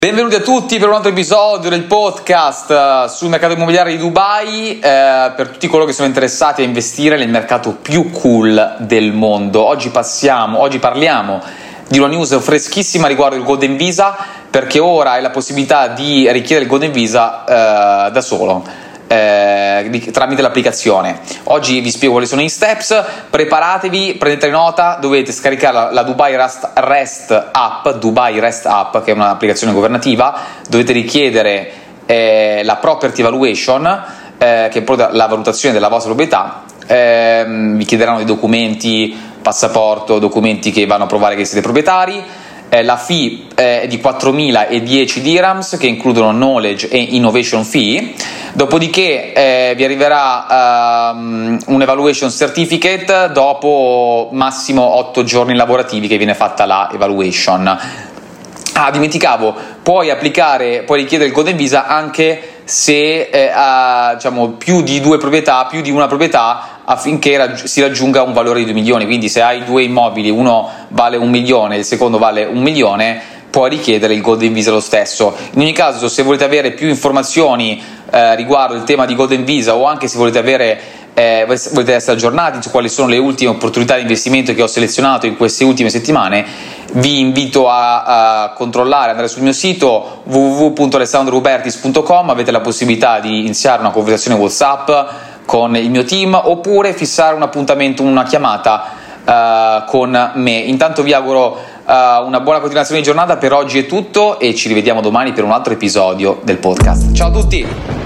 Benvenuti a tutti per un altro episodio del podcast sul mercato immobiliare di Dubai, per tutti coloro che sono interessati a investire nel mercato più cool del mondo. Oggi parliamo di una news freschissima riguardo il Golden Visa, perché ora hai la possibilità di richiedere il Golden Visa da solo, tramite l'applicazione. Oggi vi spiego quali sono gli steps, preparatevi, prendete nota, dovete scaricare la Dubai Rest App, che è un'applicazione governativa, dovete richiedere la Property Valuation, che è la valutazione della vostra proprietà. Vi chiederanno dei documenti, passaporto, documenti che vanno a provare che siete proprietari. La fee è di 4.010 dirhams, che includono knowledge e innovation fee. Dopodiché vi arriverà un evaluation certificate dopo massimo 8 giorni lavorativi che viene fatta la evaluation. Dimenticavo, puoi richiedere il Golden Visa anche se più di una proprietà, affinché si raggiunga un valore di 2 milioni. Quindi se hai due immobili, uno vale 1 milione e il secondo vale 1 milione, puoi richiedere il Golden Visa lo stesso. In ogni caso, se volete avere più informazioni riguardo il tema di Golden Visa, o anche se volete essere aggiornati su quali sono le ultime opportunità di investimento che ho selezionato in queste ultime settimane, vi invito a andare sul mio sito www.alessandrorubertis.com. avete la possibilità di iniziare una conversazione WhatsApp con il mio team, oppure fissare un appuntamento, una chiamata con me. Intanto vi auguro una buona continuazione di giornata. Per oggi è tutto e ci rivediamo domani per un altro episodio del podcast. Ciao a tutti!